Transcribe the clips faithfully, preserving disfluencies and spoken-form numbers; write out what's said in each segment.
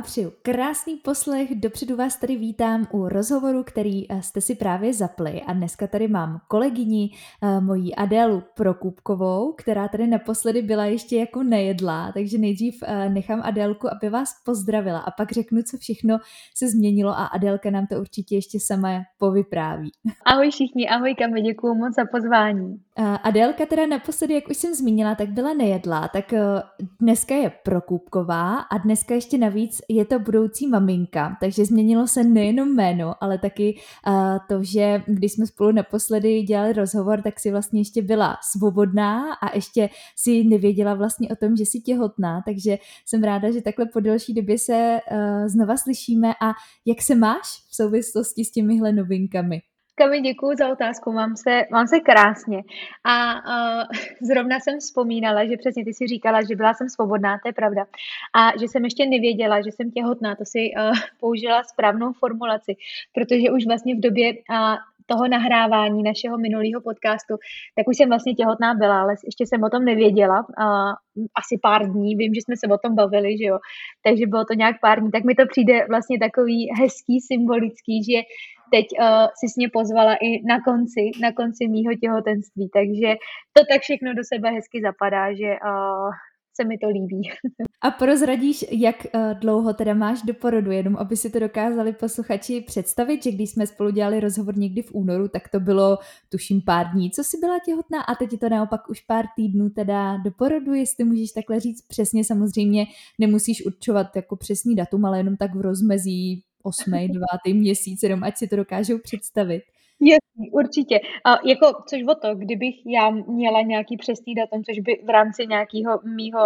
přeju krásný poslech, dopředu vás tady vítám u rozhovoru, který jste si právě zapli a dneska tady mám kolegyni, moji Adélu Prokupkovou, která tady naposledy byla ještě jako nejedlá, takže nejdřív nechám Adélku, aby vás pozdravila a pak řeknu, co všechno se změnilo a Adélka nám to určitě ještě sama povypráví. Ahoj všichni, ahoj Kami, děkuju moc za pozvání. Adélka teda naposledy, jak už jsem zmínila, tak byla nejedlá, tak dneska je Prokupková a dneska ještě navíc je to budoucí maminka, takže změnilo se nejenom jméno, ale taky to, že když jsme spolu naposledy dělali rozhovor, tak si vlastně ještě byla svobodná a ještě si nevěděla vlastně o tom, že jsi těhotná, takže jsem ráda, že takhle po delší době se znova slyšíme. A jak se máš v souvislosti s těmihle novinkami? Kami, děkuju za otázku, mám se, mám se krásně. A uh, zrovna jsem vzpomínala, že přesně ty si říkala, že byla jsem svobodná, to je pravda. A že jsem ještě nevěděla, že jsem těhotná, to si uh, použila správnou formulaci, protože už vlastně v době uh, toho nahrávání našeho minulého podcastu, tak už jsem vlastně těhotná byla, ale ještě jsem o tom nevěděla. Uh, asi pár dní, vím, že jsme se o tom bavili, že jo, takže bylo to nějak pár dní, tak mi to přijde vlastně takový hezký, symbolický, že teď uh, si s mě pozvala i na konci, na konci mýho těhotenství, takže to tak všechno do sebe hezky zapadá, že uh, se mi to líbí. A prozradíš, jak uh, dlouho teda máš do porodu, jenom aby si to dokázali posluchači představit, že když jsme spolu dělali rozhovor někdy v únoru, tak to bylo tuším pár dní, co jsi byla těhotná a teď je to naopak už pár týdnů teda do porodu, jestli můžeš takhle říct přesně, samozřejmě nemusíš určovat jako přesný datum, ale jenom tak v rozmezí osmý, devátý měsíc, jenom ať si to dokážou představit. Jasný, určitě. A jako, což o to, kdybych já měla nějaký přesný datum, což by v rámci nějakého mýho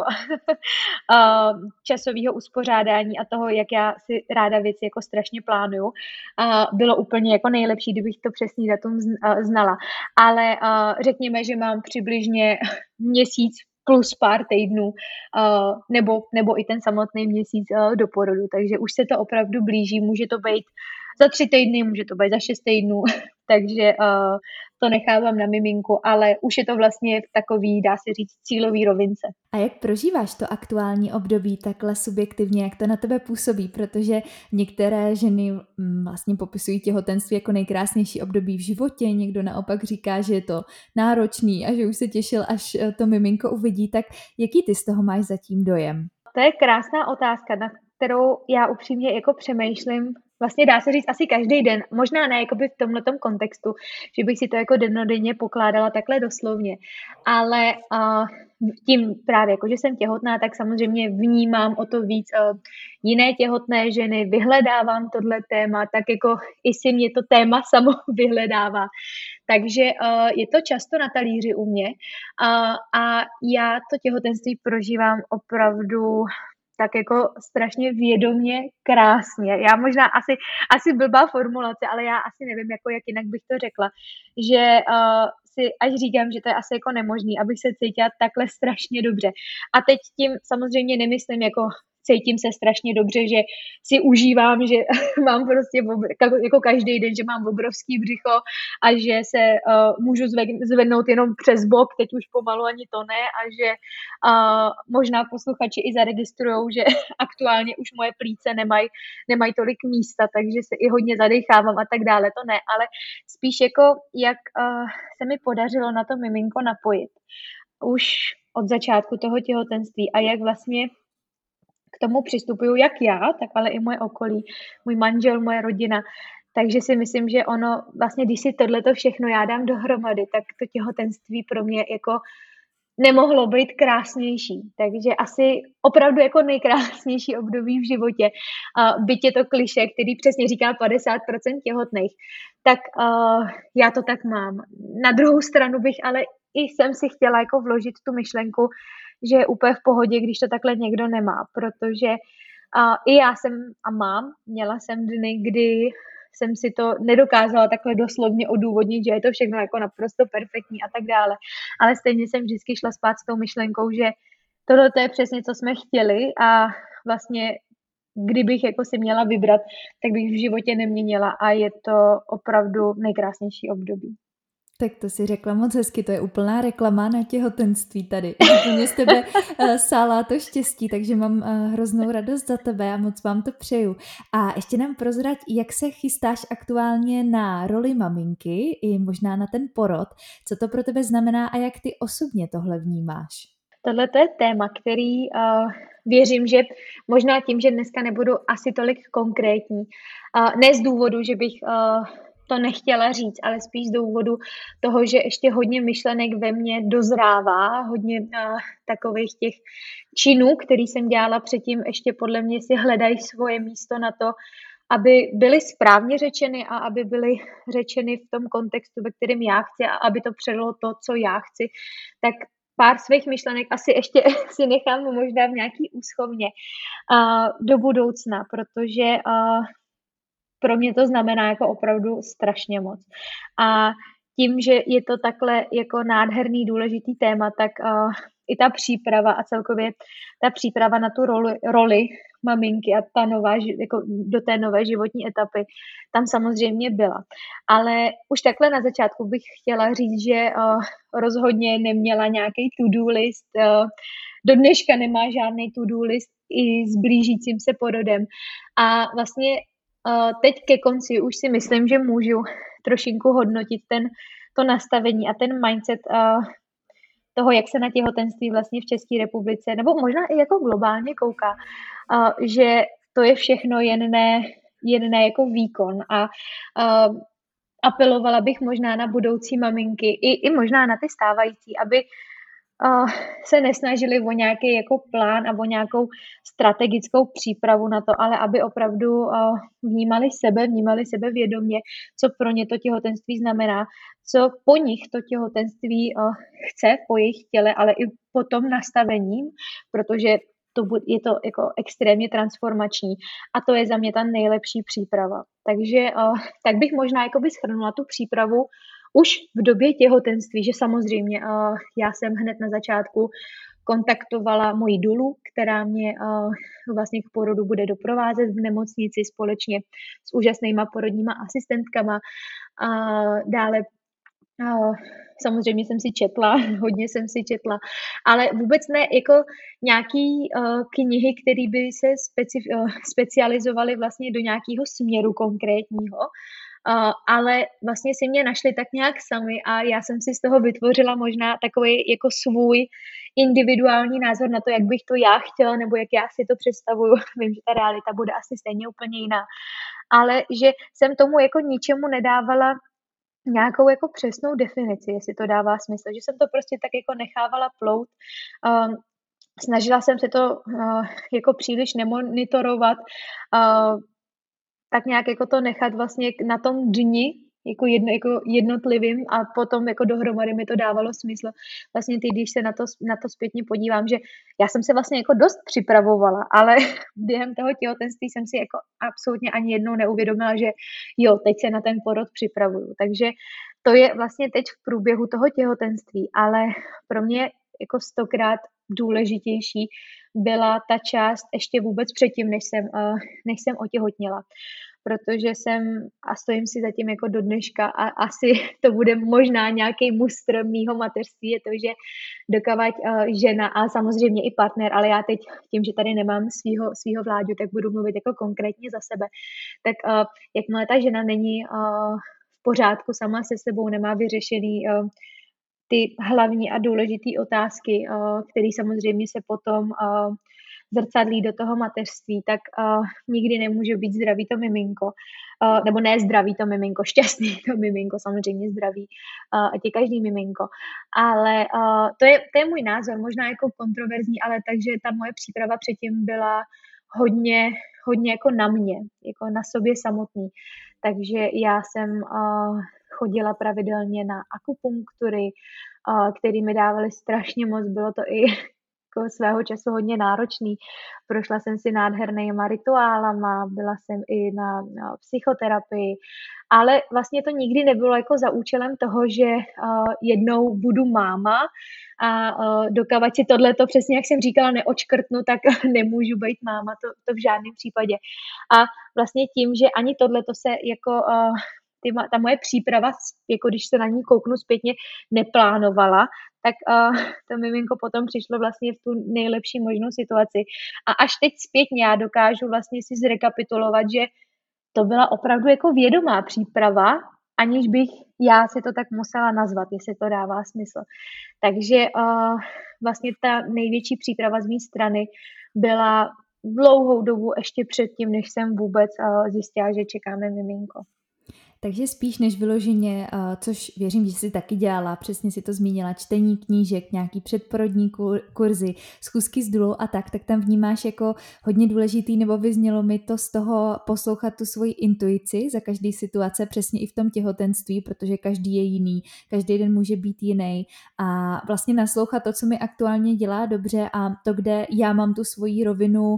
časového uspořádání a toho, jak já si ráda věci jako strašně plánuju, a bylo úplně jako nejlepší, kdybych to přesný datum znala. Ale řekněme, že mám přibližně měsíc plus pár týdnů, uh, nebo, nebo i ten samotný měsíc uh, do porodu. Takže už se to opravdu blíží, může to být za tři týdny, může to být za šest týdnů, takže uh, to nechávám na miminku, ale už je to vlastně v takový, dá se říct, cílový rovince. A jak prožíváš to aktuální období takhle subjektivně, jak to na tebe působí, protože některé ženy vlastně popisují těhotenství jako nejkrásnější období v životě, někdo naopak říká, že je to náročný a že už se těšil, až to miminko uvidí, tak jaký ty z toho máš zatím dojem? To je krásná otázka, na kterou já upřímně jako přemýšlím, vlastně dá se říct asi každý den, možná ne jakoby v tomhletom kontextu, že bych si to jako dennodenně pokládala takhle doslovně, ale uh, tím právě, jako že jsem těhotná, tak samozřejmě vnímám o to víc uh, jiné těhotné ženy, vyhledávám tohle téma, tak jako i si mě to téma samo vyhledává. Takže uh, je to často na talíři u mě uh, a já to těhotenství prožívám opravdu tak jako strašně vědomě, krásně. Já možná asi, asi blbá formulace, ale já asi nevím, jako jak jinak bych to řekla, že uh, si až říkám, že to je asi jako nemožný, abych se cítila takhle strašně dobře. A teď tím samozřejmě nemyslím jako cítím se strašně dobře, že si užívám, že mám prostě jako každý den, že mám obrovský břicho a že se uh, můžu zvednout jenom přes bok, teď už pomalu ani to ne a že uh, možná posluchači i zaregistrujou, že aktuálně už moje plíce nemají nemaj tolik místa, takže se i hodně zadechávám a tak dále, to ne, ale spíš jako jak uh, se mi podařilo na to miminko napojit už od začátku toho těhotenství a jak vlastně k tomu přistupuju jak já, tak ale i moje okolí, můj manžel, moje rodina. Takže si myslím, že ono, vlastně když si tohleto všechno já dám dohromady, tak to těhotenství pro mě jako nemohlo být krásnější. Takže asi opravdu jako nejkrásnější období v životě. Uh, byť je to klišé, který přesně říká padesát procent těhotných, tak uh, já to tak mám. Na druhou stranu bych ale i jsem si chtěla jako vložit tu myšlenku, že je úplně v pohodě, když to takhle někdo nemá, protože uh, i já jsem a mám, měla jsem dny, kdy jsem si to nedokázala takhle doslovně odůvodnit, že je to všechno jako naprosto perfektní a tak dále. Ale stejně jsem vždycky šla spát s tou myšlenkou, že tohle je přesně, co jsme chtěli a vlastně kdybych jako si měla vybrat, tak bych v životě neměnila a je to opravdu nejkrásnější období. Tak to si řekla moc hezky, to je úplná reklama na těhotenství tady. Úplně z tebe uh, sálá to štěstí, takže mám uh, hroznou radost za tebe a moc vám to přeju. A ještě nám prozrať, jak se chystáš aktuálně na roli maminky i možná na ten porod, co to pro tebe znamená a jak ty osobně tohle vnímáš? Tohle to je téma, který uh, věřím, že možná tím, že dneska nebudu asi tolik konkrétní, uh, ne z důvodu, že bych uh, to nechtěla říct, ale spíš z důvodu toho, že ještě hodně myšlenek ve mně dozrává, hodně uh, takových těch činů, který jsem dělala předtím, ještě podle mě si hledají svoje místo na to, aby byly správně řečeny a aby byly řečeny v tom kontextu, ve kterém já chci a aby to předalo to, co já chci, tak pár svých myšlenek asi ještě si nechám možná v nějaký úschovně uh, do budoucna, protože uh, pro mě to znamená jako opravdu strašně moc. A tím, že je to takhle jako nádherný, důležitý téma, tak uh, i ta příprava a celkově ta příprava na tu roli, roli maminky a ta nová, jako do té nové životní etapy tam samozřejmě byla. Ale už takhle na začátku bych chtěla říct, že uh, rozhodně neměla nějaký to-do list, uh, do dneška nemá žádný to-do list i s blížícím se porodem. A vlastně uh, teď ke konci už si myslím, že můžu trošinku hodnotit ten, to nastavení a ten mindset uh, toho, jak se na těhotenství vlastně v České republice, nebo možná i jako globálně kouká, uh, že to je všechno jen ne, jen ne jako výkon. A uh, apelovala bych možná na budoucí maminky, i, i možná na ty stávající, aby uh, se nesnažili o nějaký jako plán a o nějakou strategickou přípravu na to, ale aby opravdu uh, vnímali sebe, vnímali sebe vědomě, co pro ně to těhotenství znamená, co po nich to těhotenství uh, chce, po jejich těle, ale i po tom nastavením, protože to je to jako extrémně transformační a to je za mě ta nejlepší příprava. Takže uh, tak bych možná jakoby shrnula tu přípravu už v době těhotenství, že samozřejmě uh, já jsem hned na začátku kontaktovala moji dulu, která mě uh, vlastně k porodu bude doprovázet v nemocnici společně s úžasnýma porodníma asistentkama. Uh, dále uh, samozřejmě jsem si četla, hodně jsem si četla, ale vůbec ne jako nějaký uh, knihy, které by se speci- uh, specializovaly vlastně do nějakého směru konkrétního, Uh, ale vlastně si mě našli tak nějak sami a já jsem si z toho vytvořila možná takový jako svůj individuální názor na to, jak bych to já chtěla, nebo jak já si to představuju. Vím, že ta realita bude asi stejně úplně jiná. Ale že jsem tomu jako ničemu nedávala nějakou jako přesnou definici, jestli to dává smysl. Že jsem to prostě tak jako nechávala plout. Um, snažila jsem se to uh, jako příliš nemonitorovat, uh, tak nějak jako to nechat vlastně na tom dni, jako, jedno, jako jednotlivým a potom jako dohromady mi to dávalo smysl. Vlastně ty, když se na to, na to zpětně podívám, že já jsem se vlastně jako dost připravovala, ale během toho těhotenství jsem si jako absolutně ani jednou neuvědomila, že jo, teď se na ten porod připravuju. Takže to je vlastně teď v průběhu toho těhotenství, ale pro mě jako stokrát důležitější byla ta část ještě vůbec předtím, než jsem, uh, než jsem otěhotněla. Protože jsem, a stojím si zatím jako do dneška a asi to bude možná nějaký mustr mýho mateřství, je to, že dokavať uh, žena a samozřejmě i partner, ale já teď tím, že tady nemám svýho, svýho vláďu, tak budu mluvit jako konkrétně za sebe. Tak uh, jakmile ta žena není uh, v pořádku sama se sebou, nemá vyřešený uh, ty hlavní a důležité otázky, které samozřejmě se potom zrcadlí do toho mateřství, tak nikdy nemůže být zdravý to miminko. Nebo ne zdravý to miminko, šťastný to miminko, samozřejmě zdravý, ať je každý miminko. Ale to je, to je můj názor, možná jako kontroverzní, ale takže ta moje příprava předtím byla hodně, hodně jako na mě, jako na sobě samotný. Takže já jsem uh, chodila pravidelně na akupunktury, uh, které mi dávaly strašně moc, bylo to i jako svého času hodně náročný. Prošla jsem si nádhernýma rituálama, byla jsem i na, na psychoterapii, ale vlastně to nikdy nebylo jako za účelem toho, že uh, jednou budu máma a uh, dokavať si tohleto, přesně jak jsem říkala, neočkrtnu, tak nemůžu být máma, to, to v žádném případě. A vlastně tím, že ani tohleto se jako uh, ty, ta moje příprava, jako když se na ní kouknu zpětně, neplánovala, tak uh, to miminko potom přišlo vlastně v tu nejlepší možnou situaci. A až teď zpětně já dokážu vlastně si zrekapitulovat, že to byla opravdu jako vědomá příprava, aniž bych já si to tak musela nazvat, jestli to dává smysl. Takže uh, vlastně ta největší příprava z mé strany byla dlouhou dobu ještě předtím, než jsem vůbec uh, zjistila, že čekáme miminko. Takže spíš než vyloženě, což věřím, že jsi taky dělala, přesně si to zmínila, čtení knížek, nějaký předporodní kurzy, schůzky s důlou a tak, tak tam vnímáš jako hodně důležitý, nebo vyznělo mi to z toho poslouchat tu svoji intuici za každý situace, přesně i v tom těhotenství, protože každý je jiný, každý den může být jiný a vlastně naslouchat to, co mi aktuálně dělá dobře a to, kde já mám tu svoji rovinu,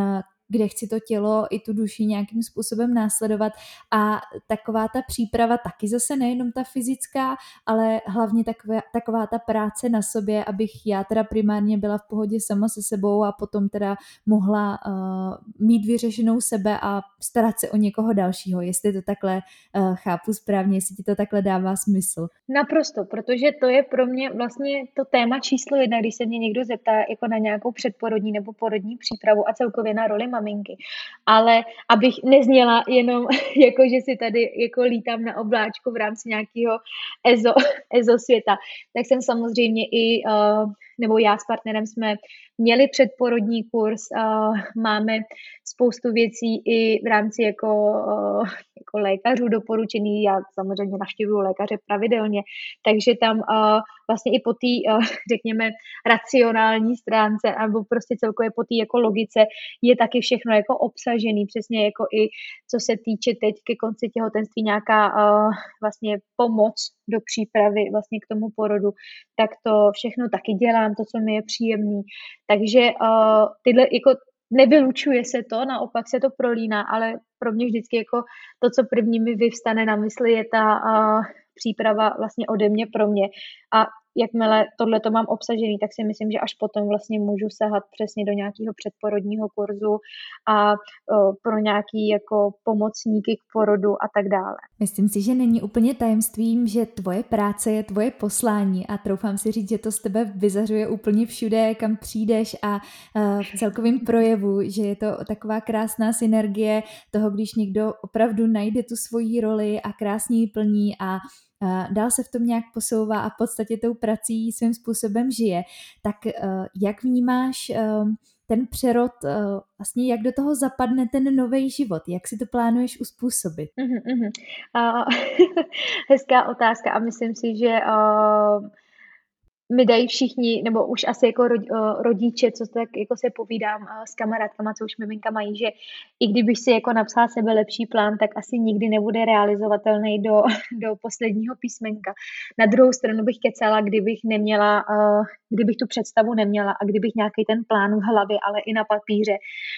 kde chci to tělo i tu duši nějakým způsobem následovat a taková ta příprava taky zase nejenom ta fyzická, ale hlavně taková, taková ta práce na sobě, abych já teda primárně byla v pohodě sama se sebou a potom teda mohla uh, mít vyřešenou sebe a starat se o někoho dalšího, jestli to takhle uh, chápu správně, jestli ti to takhle dává smysl. Naprosto, protože to je pro mě vlastně to téma číslo jedna, když se mě někdo zeptá jako na nějakou předporodní nebo porodní přípravu a celkově na roli maminky. Ale abych nezněla jenom jako, že si tady jako lítám na obláčku v rámci nějakého ezo, ezo světa, tak jsem samozřejmě i, uh, nebo já s partnerem jsme měli předporodní kurz, uh, máme spoustu věcí i v rámci jako, uh, jako lékařů doporučený, já samozřejmě navštěvuju lékaře pravidelně, takže tam uh, vlastně i po té, uh, řekněme, racionální stránce, nebo prostě celkově po té jako logice je taky všechno jako obsažený, přesně jako i co se týče teď ke konci těhotenství nějaká uh, vlastně pomoc do přípravy vlastně k tomu porodu, tak to všechno taky dělám, to, co mi je příjemný. Takže uh, tyhle jako nevylučuje se to, naopak se to prolíná, ale pro mě vždycky jako to, co první mi vyvstane na mysli, je ta uh, příprava vlastně ode mě pro mě. A jakmile tohle to mám obsažený, tak si myslím, že až potom vlastně můžu sahat přesně do nějakého předporodního kurzu a uh, pro nějaký jako pomocníky k porodu a tak dále. Myslím si, že není úplně tajemstvím, že tvoje práce je tvoje poslání a troufám si říct, že to z tebe vyzařuje úplně všude, kam přijdeš a uh, v celkovém projevu, že je to taková krásná synergie toho, když někdo opravdu najde tu svoji roli a krásně ji plní a Uh, dál se v tom nějak posouvá a v podstatě tou prací svým způsobem žije, tak uh, jak vnímáš uh, ten přerod, uh, vlastně jak do toho zapadne ten nový život, jak si to plánuješ uspůsobit? Uh-huh, uh-huh. Uh, hezká otázka a myslím si, že uh, mi dají všichni, nebo už asi jako rodiče, co tak jako se povídám s kamarádkama, co už miminka mají, že i kdybych si jako napsala sebe lepší plán, tak asi nikdy nebude realizovatelný do, do posledního písmenka. Na druhou stranu bych kecala, kdybych neměla, kdybych tu představu neměla a kdybych nějaký ten plán v hlavě, ale i na papíře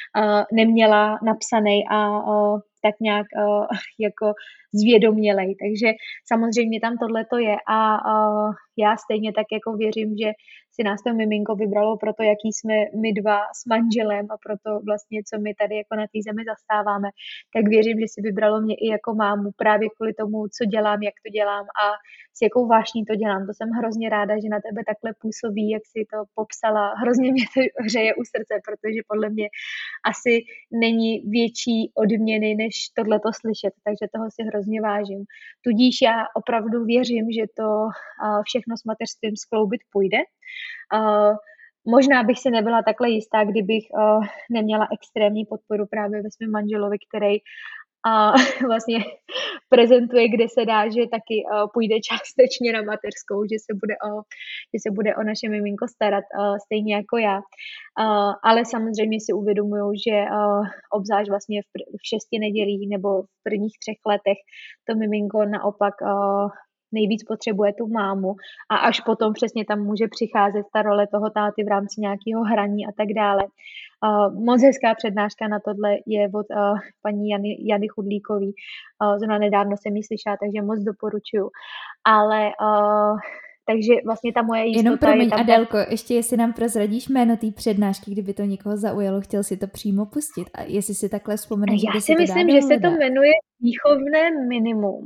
neměla napsaný a tak nějak uh, jako zvědomělej. Takže samozřejmě tam tohleto je a uh, já stejně tak jako věřím, že si nás to miminko vybralo pro to, jaký jsme my dva s manželem a proto vlastně, co my tady jako na té zemi zastáváme, tak věřím, že si vybralo mě i jako mámu právě kvůli tomu, co dělám, jak to dělám a s jakou vášní to dělám. To jsem hrozně ráda, že na tebe takhle působí, jak si to popsala. Hrozně mě to hřeje u srdce, protože podle mě asi není větší odměny, než tohleto slyšet, takže toho si hrozně vážím. Tudíž já opravdu věřím, že to všechno s mateřstvím skloubit půjde. Uh, možná bych si nebyla takhle jistá, kdybych uh, neměla extrémní podporu právě ve svém manželovi, který uh, vlastně prezentuje, kde se dá, že taky uh, půjde částečně na mateřskou, že se bude o, že se bude o naše miminko starat, uh, stejně jako já. Uh, ale samozřejmě si uvědomuju, že uh, obzvlášť vlastně v, pr- v šesti nedělích nebo v prvních třech letech to miminko naopak uh, nejvíc potřebuje tu mámu a až potom přesně tam může přicházet ta role toho táty v rámci nějakého hraní a tak dále. Uh, moc hezká přednáška na tohle je od uh, paní Jany, Jany Chudlíkový. Uh, zrovna nedávno jsem ji slyšela, takže moc doporučuju. Ale uh, takže vlastně ta moje jistota... Jenom promiň, je tam... Adélko, ještě jestli nám prozradíš jméno té přednášky, kdyby to někoho zaujalo, chtěl si to přímo pustit. A jestli si takhle vzpomeneš, Já kde si se to myslím, dá že se to dohledat. jmenuje Výchovné minimum.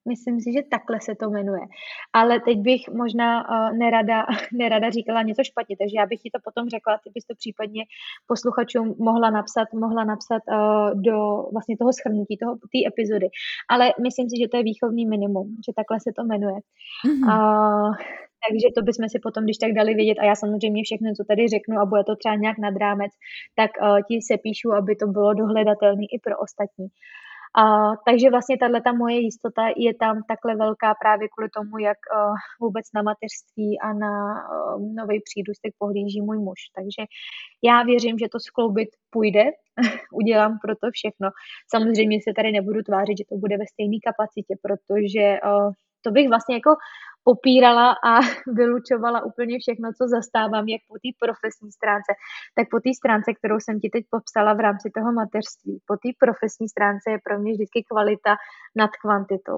Myslím si, že takhle se to jmenuje. Ale teď bych možná uh, nerada, nerada říkala něco špatně, takže já bych ti to potom řekla, ty bys to případně posluchačům mohla napsat, mohla napsat uh, do vlastně toho shrnutí, toho, té epizody. Ale myslím si, že to je výchovný minimum, že takhle se to jmenuje. Mhm. Uh, takže to bychom si potom, když tak dali vědět, a já samozřejmě všechno, co tady řeknu a bude to třeba nějak nad rámec, tak uh, ti se píšu, aby to bylo dohledatelné i pro ostatní. A, takže vlastně tato moje jistota je tam takhle velká právě kvůli tomu, jak uh, vůbec na mateřství a na uh, nový přídůstek pohlíží můj muž. Takže já věřím, že to skloubit půjde, udělám pro to všechno. Samozřejmě se tady nebudu tvářit, že to bude ve stejné kapacitě, protože uh, to bych vlastně jako popírala a vylučovala úplně všechno, co zastávám, jak po té profesní stránce, tak po té stránce, kterou jsem ti teď popsala v rámci toho mateřství. Po té profesní stránce je pro mě vždycky kvalita nad kvantitou.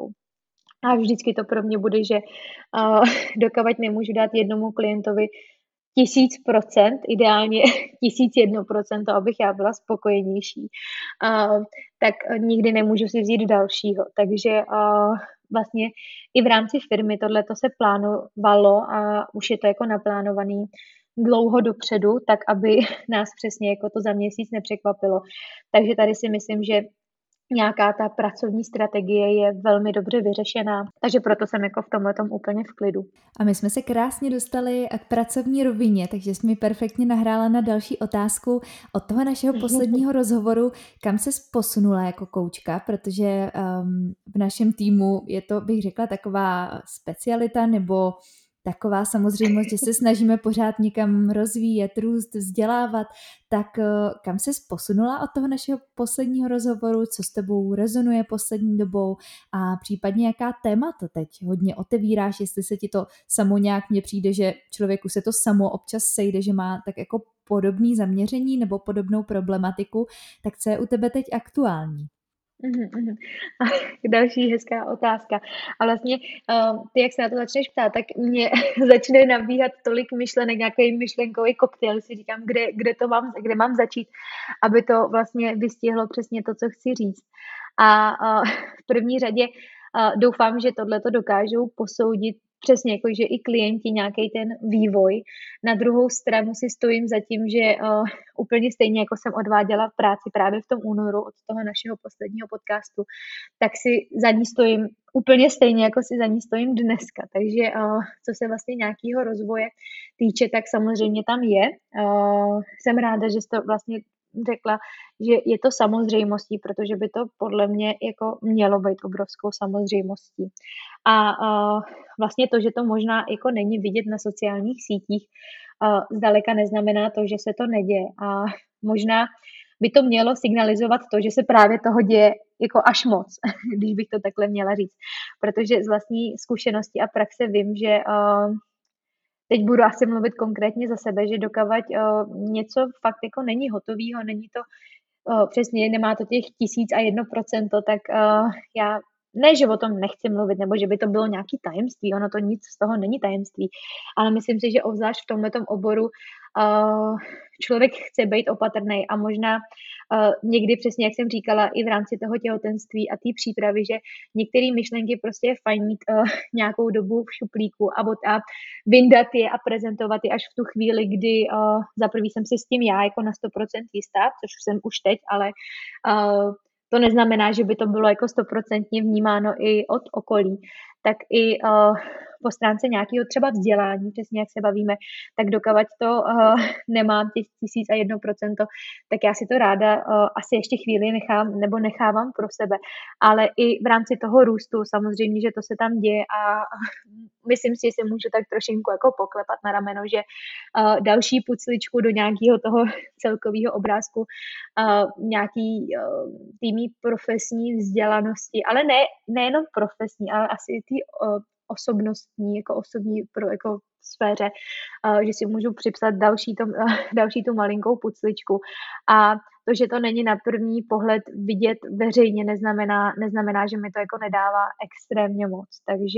A vždycky to pro mě bude, že uh, dokavať nemůžu dát jednomu klientovi tisíc procent, ideálně tisíc jedno procento, abych já byla spokojenější, uh, tak nikdy nemůžu si vzít dalšího. Takže uh, vlastně i v rámci firmy tohleto se plánovalo a už je to jako naplánovaný dlouho dopředu, tak aby nás přesně jako to za měsíc nepřekvapilo. Takže tady si myslím, že nějaká ta pracovní strategie je velmi dobře vyřešená, takže proto jsem jako v tomhletom úplně v klidu. A my jsme se krásně dostali k pracovní rovině, takže jsi mi perfektně nahrála na další otázku od toho našeho posledního rozhovoru, kam se posunula jako koučka, protože um, v našem týmu je to, bych řekla, taková specialita nebo taková samozřejmost, že se snažíme pořád někam rozvíjet, růst, vzdělávat, tak kam se posunula od toho našeho posledního rozhovoru, co s tebou rezonuje poslední dobou a případně jaká témata teď hodně otevíráš, jestli se ti to samo nějak, mně přijde, že člověku se to samo občas sejde, že má tak jako podobné zaměření nebo podobnou problematiku, tak co je u tebe teď aktuální? Uhum, uhum. Další hezká otázka. A vlastně uh, ty, jak se na to začneš ptát, tak mě začne nabíhat tolik myšlenek, nějaký myšlenkový koktejl, si říkám, kde, kde to mám, kde mám začít, aby to vlastně vystihlo přesně to, co chci říct. A uh, v první řadě uh, doufám, že tohle to dokážou posoudit přesně, jako že i klienti nějaký ten vývoj. Na druhou stranu si stojím za tím, že uh, úplně stejně, jako jsem odváděla v práci právě v tom únoru od toho našeho posledního podcastu, tak si za ní stojím úplně stejně, jako si za ní stojím dneska. Takže uh, co se vlastně nějakého rozvoje týče, tak samozřejmě tam je. Uh, jsem ráda, že jsi to vlastně řekla, že je to samozřejmostí, protože by to podle mě jako mělo být obrovskou samozřejmostí. A uh, vlastně to, že to možná jako není vidět na sociálních sítích, uh, zdaleka neznamená to, že se to neděje. A možná by to mělo signalizovat to, že se právě toho děje jako až moc, když bych to takhle měla říct. Protože z vlastní zkušenosti a praxe vím, že uh, teď budu asi mluvit konkrétně za sebe, že dokavať uh, něco fakt jako není hotovýho, není to uh, přesně, nemá to těch tisíc a jedno procento, tak uh, já ne, že o tom nechci mluvit, nebo že by to bylo nějaký tajemství, ono to nic z toho není tajemství, ale myslím si, že obzvlášť v tomhletom oboru uh, člověk chce být opatrný a možná uh, někdy přesně, jak jsem říkala, i v rámci toho těhotenství a té přípravy, že některé myšlenky prostě je fajn mít uh, nějakou dobu v šuplíku a, a vyndat je a prezentovat je až v tu chvíli, kdy uh, za prvý jsem si s tím já jako na sto procent jistá, což jsem už teď, ale uh, to neznamená, že by to bylo jako stoprocentně vnímáno i od okolí, tak i uh, po stránce nějakého třeba vzdělání, přesně jak se bavíme, tak dokavať to uh, nemám těch tisíc a jedno procento, tak já si to ráda uh, asi ještě chvíli nechám nebo nechávám pro sebe. Ale i v rámci toho růstu samozřejmě, že to se tam děje a myslím si, že se můžu tak trošinku jako poklepat na rameno, že uh, další pucličku do nějakého toho celkového obrázku uh, nějaký uh, týmí profesní vzdělanosti, ale ne, nejenom profesní, ale asi ty uh, osobnostní, jako osobní pro jako sféře, uh, že si můžu připsat další, tom, uh, další tu malinkou pucličku. A to, že to není na první pohled vidět veřejně, neznamená, neznamená, že mi to jako nedává extrémně moc. Takže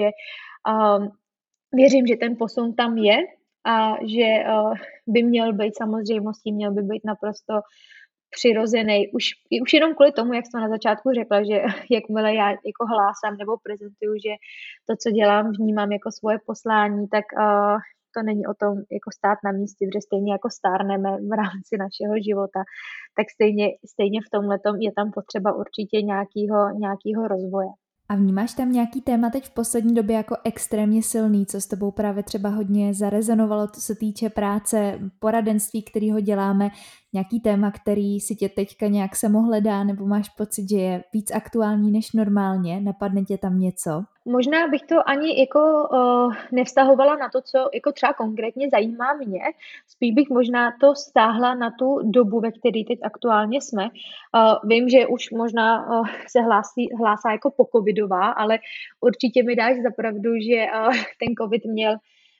um, věřím, že ten posun tam je a že uh, by měl být samozřejmostí, měl by být naprosto přirozený. Už, už jenom kvůli tomu, jak jsem na začátku řekla, že jakmile já jako hlásám nebo prezentuju, že to, co dělám, vnímám jako svoje poslání, tak uh, to není o tom jako stát na místě, protože stejně jako stárneme v rámci našeho života, tak stejně, stejně v tomhletom je tam potřeba určitě nějakýho, nějakýho rozvoje. A vnímáš tam nějaký téma teď v poslední době jako extrémně silný, co s tebou právě třeba hodně zarezonovalo, co se týče práce, poradenství, kterýho děláme, nějaký téma, který si tě teďka nějak samohledá, nebo máš pocit, že je víc aktuální než normálně? Napadne tě tam něco? Možná bych to ani jako uh, nevztahovala na to, co jako třeba konkrétně zajímá mě. Spíš bych možná to stáhla na tu dobu, ve které teď aktuálně jsme. Uh, vím, že už možná uh, se hlásí, hlásá jako pocovidová, ale určitě mi dáš za pravdu, že uh, ten covid měl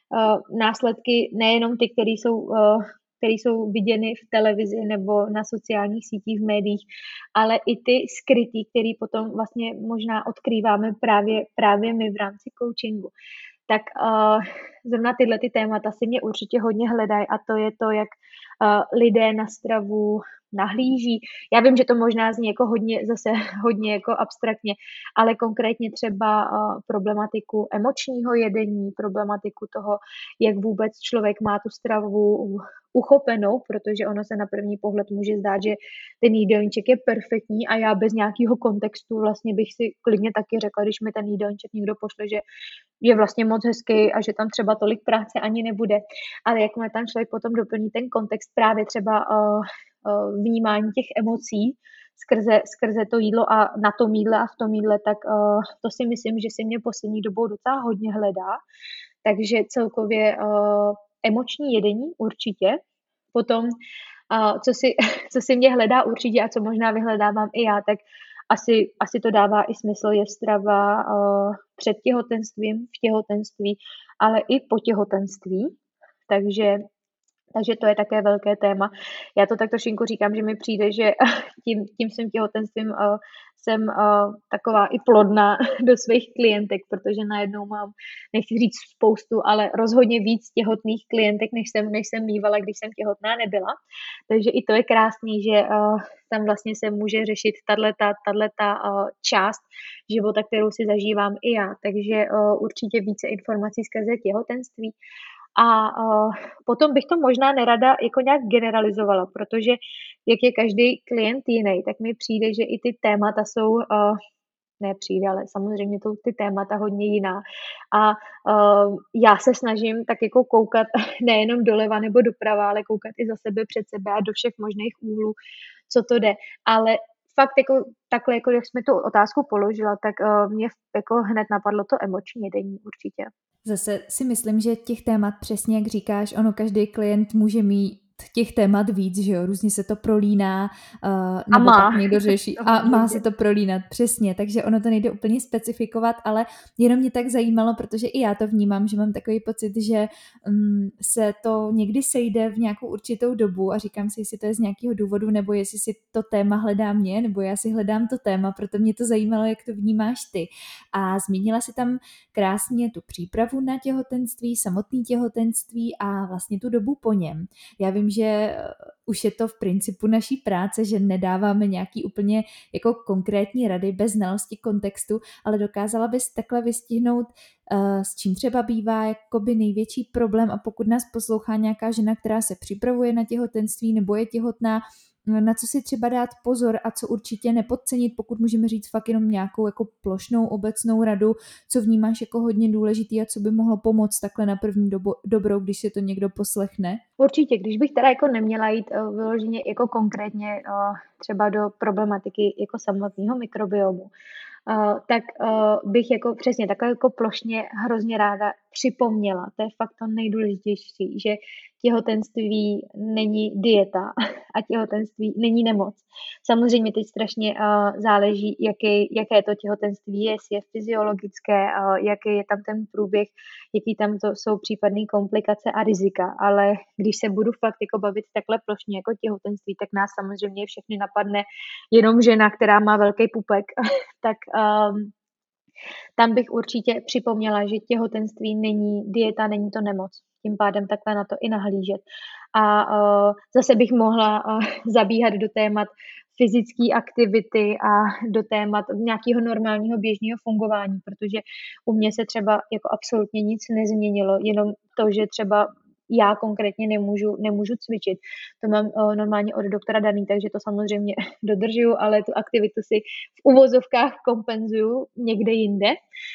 uh, následky nejenom ty, které jsou uh, které jsou viděny v televizi nebo na sociálních sítích, v médiích, ale i ty skrytý, které potom vlastně možná odkrýváme právě, právě my v rámci coachingu. Tak uh, zrovna tyhle ty témata si mě určitě hodně hledají a to je to, jak uh, lidé na stravu nahlíží. Já vím, že to možná zní jako hodně, zase hodně jako abstraktně, ale konkrétně třeba uh, problematiku emočního jedení, problematiku toho, jak vůbec člověk má tu stravu uchopenou, protože ono se na první pohled může zdát, že ten jídelníček je perfektní a já bez nějakého kontextu vlastně bych si klidně taky řekla, když mi ten jídelníček někdo pošle, že je vlastně moc hezký a že tam třeba tolik práce ani nebude. Ale jakmile tam člověk potom doplní ten kontext právě třeba uh, uh, vnímání těch emocí skrze, skrze to jídlo a na tom jídle a v tom jídle, tak uh, to si myslím, že si mě poslední dobou docela hodně hledá. Takže celkově uh, emoční jedení určitě. Potom, uh, co, si, co si mě hledá určitě a co možná vyhledávám i já, tak asi, asi to dává i smysl, je strava uh, před těhotenstvím, v těhotenství, ale i po těhotenství. Takže Takže to je také velké téma. Já to tak trošinku říkám, že mi přijde, že tím, tím svým těhotenstvím uh, jsem uh, taková i plodná do svých klientek, protože najednou mám, nechci říct spoustu, ale rozhodně víc těhotných klientek, než jsem, než jsem mývala, když jsem těhotná nebyla. Takže i to je krásný, že uh, tam vlastně se může řešit tato uh, část života, kterou si zažívám i já. Takže uh, určitě více informací skrze těhotenství. A uh, potom bych to možná nerada jako nějak generalizovala, protože jak je každý klient jiný, tak mi přijde, že i ty témata jsou, uh, ne přijde, ale samozřejmě jsou ty témata hodně jiná. A uh, já se snažím tak jako koukat nejenom doleva nebo doprava, ale koukat i za sebe, před sebe a do všech možných úhlů, co to jde. Ale fakt jako takhle, jako jak jsme tu otázku položila, tak uh, mě jako hned napadlo to emoční jedení určitě. Zase si myslím, že těch témat, přesně jak říkáš, ono každý klient může mít těch témat víc, že jo, různě se to prolíná, uh, nebo a má. tak někdo řeší a má se to prolínat, přesně, takže ono to nejde úplně specifikovat, ale jenom mě tak zajímalo, protože i já to vnímám, že mám takový pocit, že um, se to někdy sejde v nějakou určitou dobu a říkám si, jestli to je z nějakého důvodu, nebo jestli si to téma hledá mě, nebo já si hledám to téma, proto mě to zajímalo, jak to vnímáš ty. A zmínila si tam krásně tu přípravu na těhotenství, samotné těhotenství a vlastně tu dobu po něm. Já vím, že už je to v principu naší práce, že nedáváme nějaký úplně jako konkrétní rady bez znalosti kontextu, ale dokázala bys takhle vystihnout, uh, s čím třeba bývá jakoby největší problém a pokud nás poslouchá nějaká žena, která se připravuje na těhotenství nebo je těhotná, na co si třeba dát pozor a co určitě nepodcenit, pokud můžeme říct fakt jenom nějakou jako plošnou obecnou radu, co vnímáš jako hodně důležitý a co by mohlo pomoct takhle na první dobu, dobrou, když se to někdo poslechne? Určitě, když bych teda jako neměla jít uh, vyloženě jako konkrétně uh, třeba do problematiky jako samotného mikrobiomu, uh, tak uh, bych jako přesně takhle jako plošně hrozně ráda připomněla, to je fakt to nejdůležitější, že těhotenství není dieta a těhotenství není nemoc. Samozřejmě teď strašně uh, záleží, jaký, jaké to těhotenství je, jestli je fyziologické, uh, jaký je tam ten průběh, jaký tam to jsou případné komplikace a rizika, ale když se budu fakt jako bavit takhle plošně jako těhotenství, tak nás samozřejmě všechny napadne jenom žena, která má velký pupek, tak um, tam bych určitě připomněla, že těhotenství není dieta, není to nemoc. tím pádem takhle na to i nahlížet. A uh, zase bych mohla uh, zabíhat do témat fyzické aktivity a do témat nějakého normálního běžného fungování, protože u mě se třeba jako absolutně nic nezměnilo, jenom to, že třeba já konkrétně nemůžu, nemůžu cvičit. To mám uh, normálně od doktora daný, takže to samozřejmě dodržuju, ale tu aktivitu si v uvozovkách kompenzuju někde jinde.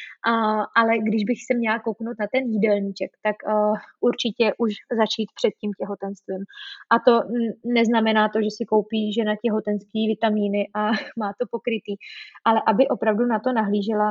Uh, ale když bych se měla kouknout na ten jídelníček, tak uh, určitě už začít před tím těhotenstvím. A to n- neznamená to, že si koupí žena těhotenský vitamíny a má to pokrytý, ale aby opravdu na to nahlížela,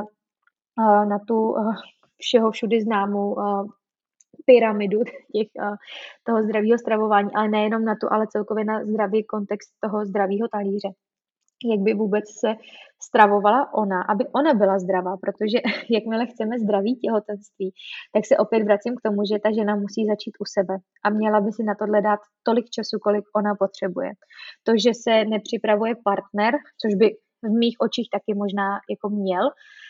uh, na tu uh, všeho všudy známou uh, pyramidu těch, uh, toho zdravého stravování, ale nejenom na tu, ale celkově na zdravý kontext toho zdravého talíře. Jak by vůbec se stravovala ona, aby ona byla zdravá, protože jakmile chceme zdravý těhotenství, tak se opět vracím k tomu, že ta žena musí začít u sebe a měla by si na tohle dát tolik času, kolik ona potřebuje. To, že se nepřipravuje partner, což by v mých očích taky možná jako měl,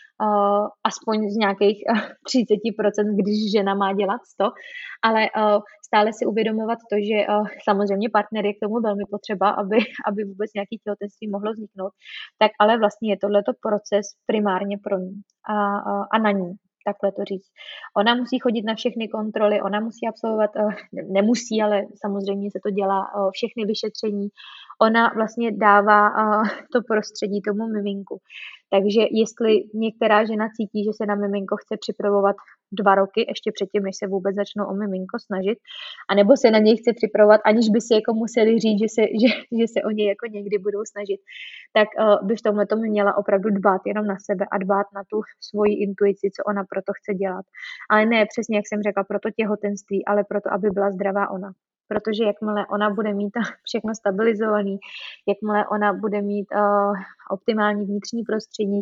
Uh, aspoň z nějakých uh, třicet procent, když žena má dělat sto, ale uh, stále si uvědomovat to, že uh, samozřejmě partner je k tomu velmi potřeba, aby, aby vůbec nějaký těhotenství mohlo vzniknout, tak ale vlastně je tohleto proces primárně pro ní a, uh, a na ní. Takhle to říct. Ona musí chodit na všechny kontroly, ona musí absolvovat, nemusí, ale samozřejmě se to dělá, všechny vyšetření. Ona vlastně dává to prostředí tomu miminku. Takže jestli některá žena cítí, že se na miminko chce připravovat dva roky, ještě předtím, než se vůbec začnou o miminko snažit, anebo se na něj chce připravovat, aniž by si jako museli říct, že se, že, že se o něj jako někdy budou snažit, tak uh, by v tomhle tomu měla opravdu dbát jenom na sebe a dbát na tu svoji intuici, co ona proto chce dělat. Ale ne přesně, jak jsem řekla, proto těhotenství, ale proto, aby byla zdravá ona. Protože jakmile ona bude mít všechno stabilizovaný, jakmile ona bude mít uh, optimální vnitřní prostředí,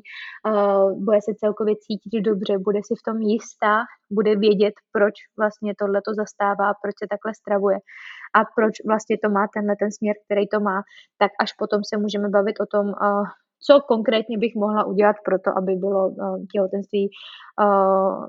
uh, bude se celkově cítit dobře, bude si v tom jistá, bude vědět, proč vlastně tohleto zastává, proč se takhle stravuje a proč vlastně to má tenhle ten směr, který to má, tak až potom se můžeme bavit o tom, uh, co konkrétně bych mohla udělat pro to, aby bylo uh, těhotenství uh,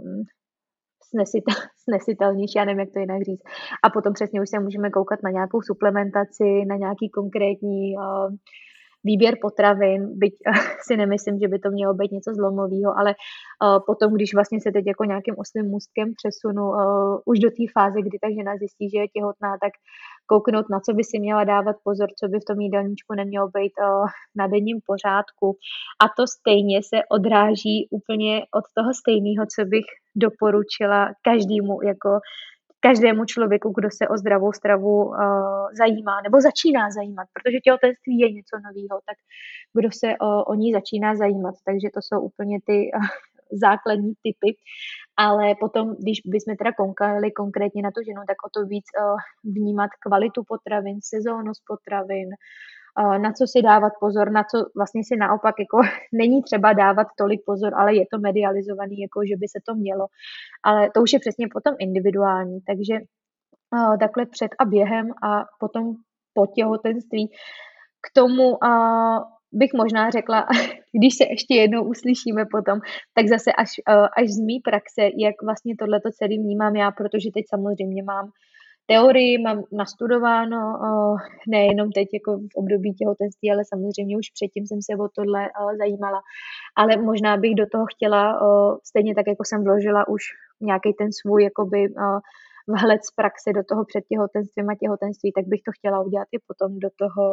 snesitelnější, já nevím, jak to jinak říct. A potom přesně už se můžeme koukat na nějakou suplementaci, na nějaký konkrétní uh, výběr potravin, byť uh, si nemyslím, že by to mělo být něco zlomového, ale uh, potom, když vlastně se teď jako nějakým oslým můstkem přesunu uh, už do té fáze, kdy ta žena zjistí, že je těhotná, tak kouknout, na co by si měla dávat pozor, co by v tom jídelníčku nemělo být uh, na denním pořádku. A to stejně se odráží úplně od toho stejného, co bych doporučila každému, jako každému člověku, kdo se o zdravou stravu uh, zajímá, nebo začíná zajímat, protože těhotenství je něco nového, tak kdo se uh, o ní začíná zajímat. Takže to jsou úplně ty uh, základní typy. Ale potom, když bychom teda koukali konkrétně na tu ženu, tak o to víc uh, vnímat kvalitu potravin, sezónnost potravin, uh, na co si dávat pozor, na co vlastně si naopak jako není třeba dávat tolik pozor, ale je to medializovaný, jako že by se to mělo. Ale to už je přesně potom individuální, takže uh, takhle před a během a potom po těhotenství k tomu uh, bych možná řekla, když se ještě jednou uslyšíme potom, tak zase až, až z mý praxe, jak vlastně tohleto celý vnímám já, protože teď samozřejmě mám teorii, mám nastudováno, nejenom teď jako v období těhotenství, ale samozřejmě už předtím jsem se o tohle zajímala. Ale možná bych do toho chtěla, stejně tak, jako jsem vložila už nějaký ten svůj jakoby vhled z praxe do toho před těhotenstvím a těhotenství, tak bych to chtěla udělat i potom do toho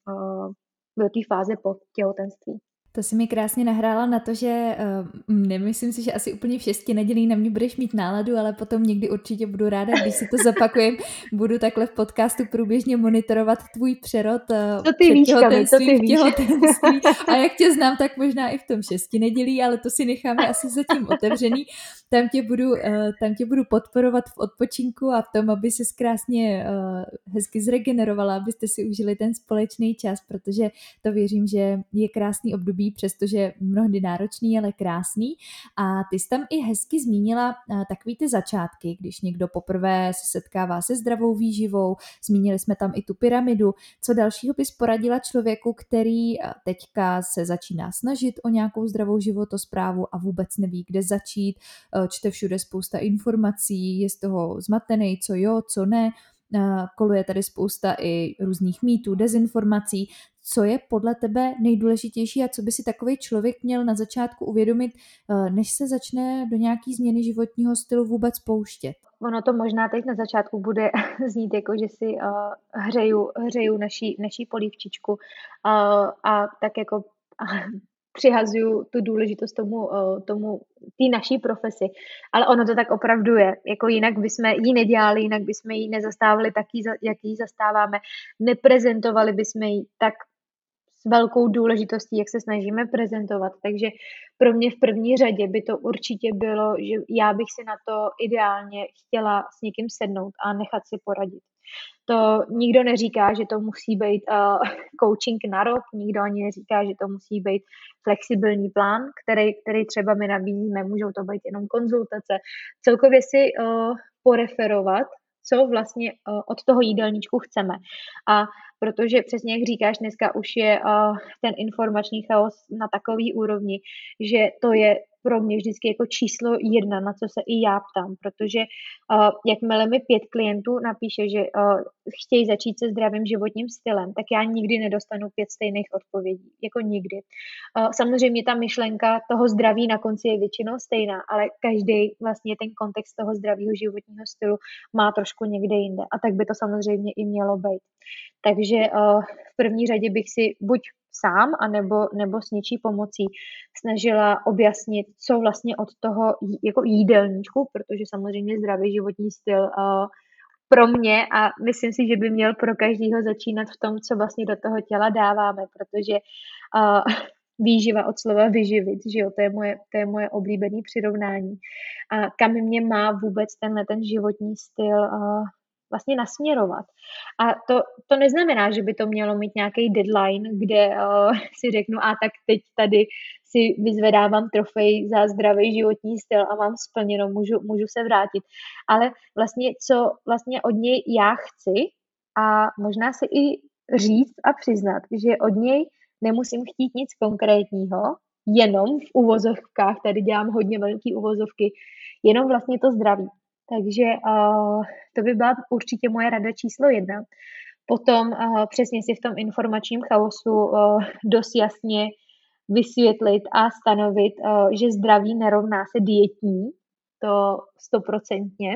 do té fáze po těhotenství. To si mi krásně nahrála na to, že uh, nemyslím si, že asi úplně v šesti nedělí na mě budeš mít náladu, ale potom někdy určitě budu ráda, když si to zapakujem, budu takhle v podcastu průběžně monitorovat tvůj přerod uh, to ty víš, těhotenství, to ty v těhotenství a jak tě znám, tak možná i v tom šesti nedělí, ale to si necháme asi zatím otevřený. Tam tě budu, uh, tam tě budu podporovat v odpočinku a v tom, aby ses krásně uh, hezky zregenerovala, abyste si užili ten společný čas, protože to věřím, že je krásný období období, přestože mnohdy náročný, ale krásný. A ty jsi tam i hezky zmínila takový ty začátky, když někdo poprvé se setkává se zdravou výživou, zmínili jsme tam i tu pyramidu. Co dalšího bys poradila člověku, který teďka se začíná snažit o nějakou zdravou životosprávu a vůbec neví, kde začít, čte všude spousta informací, je z toho zmatený, co jo, co ne, koluje tady spousta i různých mýtů, dezinformací. Co je podle tebe nejdůležitější a co by si takový člověk měl na začátku uvědomit, než se začne do nějaký změny životního stylu vůbec pouštět? Ono to možná teď na začátku bude znít jako, že si uh, hřeju, hřeju naší, naší polívčičku uh, a tak jako uh, přihazuju tu důležitost tomu, uh, tomu té naší profesi. Ale ono to tak opravdu je. Jako jinak bychom ji nedělali, jinak bychom ji nezastávali tak, jak ji zastáváme. Neprezentovali bychom ji tak s velkou důležitostí, jak se snažíme prezentovat. Takže pro mě v první řadě by to určitě bylo, že já bych si na to ideálně chtěla s někým sednout a nechat si poradit. To nikdo neříká, že to musí být uh, coaching na rok, nikdo ani neříká, že to musí být flexibilní plán, který, který třeba my nabízíme, můžou to být jenom konzultace. Celkově si uh, poreferovat, co vlastně uh, od toho jídelníčku chceme. A protože přesně jak říkáš, dneska už je uh, ten informační chaos na takový úrovni, že to je pro mě vždycky jako číslo jedna, na co se i já ptám, protože uh, jakmile mi pět klientů napíše, že uh, chtějí začít se zdravým životním stylem, tak já nikdy nedostanu pět stejných odpovědí, jako nikdy. Uh, samozřejmě ta myšlenka toho zdraví na konci je většinou stejná, ale každý vlastně ten kontext toho zdravého životního stylu má trošku někde jinde a tak by to samozřejmě i mělo být. Takže uh, v první řadě bych si buď sám, anebo, nebo s něčí pomocí snažila objasnit, co vlastně od toho jako jídelníčku, protože samozřejmě zdravý životní styl uh, pro mě a myslím si, že by měl pro každého začínat v tom, co vlastně do toho těla dáváme, protože uh, výživa od slova vyživit, že jo, to je moje, to je moje oblíbené přirovnání. A kam mě má vůbec tenhle ten životní styl uh, vlastně nasměrovat. A to, to neznamená, že by to mělo mít nějaký deadline, kde uh, si řeknu, a tak teď tady si vyzvedávám trofej za zdravý životní styl a mám splněno, můžu, můžu se vrátit. Ale vlastně, co vlastně od něj já chci a možná si i říct a přiznat, že od něj nemusím chtít nic konkrétního, jenom v uvozovkách, tady dělám hodně velký uvozovky, jenom vlastně to zdraví. Takže uh, to by byla určitě moje rada číslo jedna. Potom uh, přesně si v tom informačním chaosu uh, dost jasně vysvětlit a stanovit, uh, že zdraví nerovná se dietní, to stoprocentně.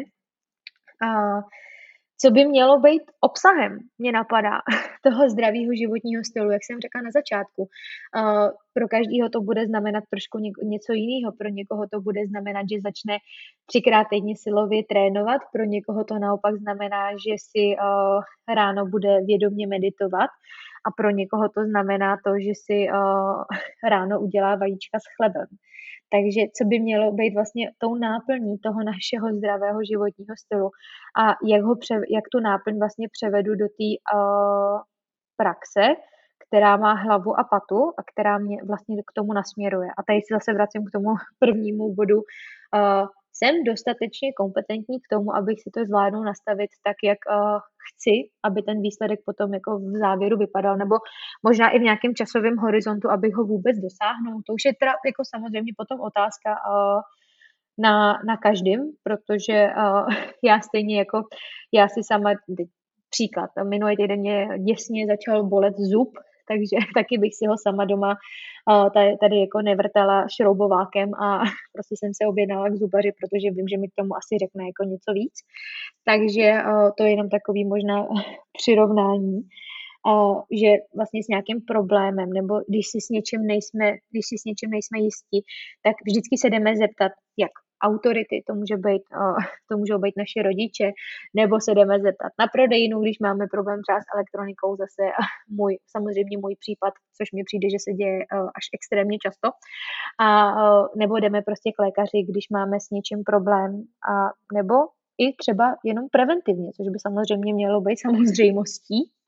Uh, co by mělo být obsahem, mě napadá, toho zdravého životního stylu, jak jsem řekla na začátku. Uh, pro každého to bude znamenat trošku něco jiného, pro někoho to bude znamenat, že začne třikrát týdně silově trénovat, pro někoho to naopak znamená, že si uh, ráno bude vědomě meditovat a pro někoho to znamená to, že si uh, ráno udělá vajíčka s chlebem. Takže co by mělo být vlastně tou náplní toho našeho zdravého životního stylu a jak, ho pře- jak tu náplň vlastně převedu do té uh, praxe, která má hlavu a patu a která mě vlastně k tomu nasměruje. A tady si zase vracím k tomu prvnímu bodu. Uh, jsem dostatečně kompetentní k tomu, abych si to zvládnul nastavit tak, jak uh, chci, aby ten výsledek potom jako v závěru vypadal, nebo možná i v nějakém časovém horizontu, abych ho vůbec dosáhnul. To už je teda jako samozřejmě potom otázka uh, na, na každém, protože uh, já stejně jako, já si sama, příklad, minulý týden mě děsně začal bolet zub, takže taky bych si ho sama doma uh, tady, tady jako nevrtala šroubovákem a prostě jsem se objednala k zubaři, protože vím, že mi k tomu asi řekne jako něco víc. Takže uh, to je jenom takový možná přirovnání, uh, že vlastně s nějakým problémem, nebo když si s něčím nejsme, když si s něčím nejsme jistí, tak vždycky se jdeme zeptat, jak autority, to může být, to můžou být naši rodiče, nebo se jdeme zeptat na prodejnu, když máme problém třeba s elektronikou, zase můj, samozřejmě můj případ, což mi přijde, že se děje až extrémně často, a nebo jdeme prostě k lékaři, když máme s něčím problém, a nebo i třeba jenom preventivně, což by samozřejmě mělo být samozřejmostí,